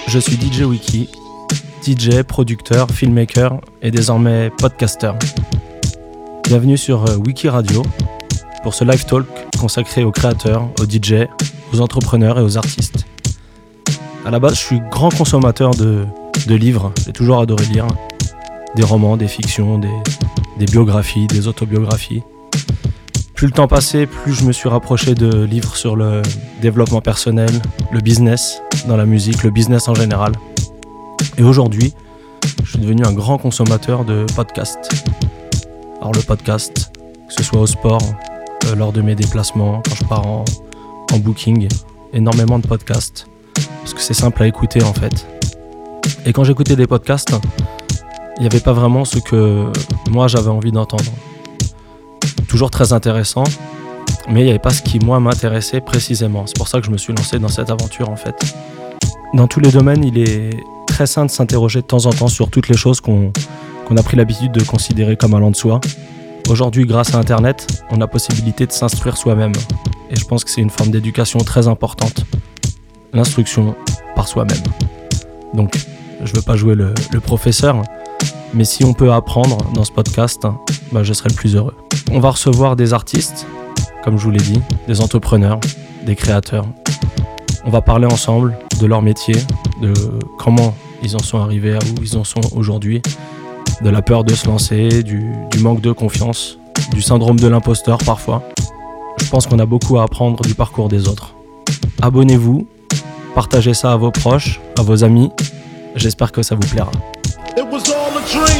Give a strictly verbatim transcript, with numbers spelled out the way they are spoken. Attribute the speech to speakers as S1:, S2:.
S1: Je suis D J Wiki, D J, producteur, filmmaker et désormais podcaster. Bienvenue sur Wiki Radio pour ce live talk consacré aux créateurs, aux D J, aux entrepreneurs et aux artistes. À la base, je suis grand consommateur de, de livres, j'ai toujours adoré lire. Des romans, des fictions, des, des biographies, des autobiographies. Plus le temps passait, plus je me suis rapproché de livres sur le développement personnel, le business dans la musique, le business en général. Et aujourd'hui, je suis devenu un grand consommateur de podcasts. Alors le podcast, que ce soit au sport, euh, lors de mes déplacements, quand je pars en, en booking, énormément de podcasts. Parce que c'est simple à écouter en fait. Et quand j'écoutais des podcasts, il n'y avait pas vraiment ce que moi j'avais envie d'entendre. Toujours très intéressant, mais il n'y avait pas ce qui moi m'intéressait précisément. C'est pour ça que je me suis lancé dans cette aventure en fait. Dans tous les domaines, il est très sain de s'interroger de temps en temps sur toutes les choses qu'on, qu'on a pris l'habitude de considérer comme allant de soi. Aujourd'hui, grâce à Internet, on a possibilité de s'instruire soi-même. Et je pense que c'est une forme d'éducation très importante. L'instruction par soi-même. Donc, je ne veux pas jouer le, le professeur, mais si on peut apprendre dans ce podcast, bah, je serai le plus heureux. On va recevoir des artistes, comme je vous l'ai dit, des entrepreneurs, des créateurs. On va parler ensemble de leur métier, de comment ils en sont arrivés à où ils en sont aujourd'hui, de la peur de se lancer, du, du manque de confiance, du syndrome de l'imposteur parfois. Je pense qu'on a beaucoup à apprendre du parcours des autres. Abonnez-vous, partagez ça à vos proches, à vos amis. J'espère que ça vous plaira. It was all a dream.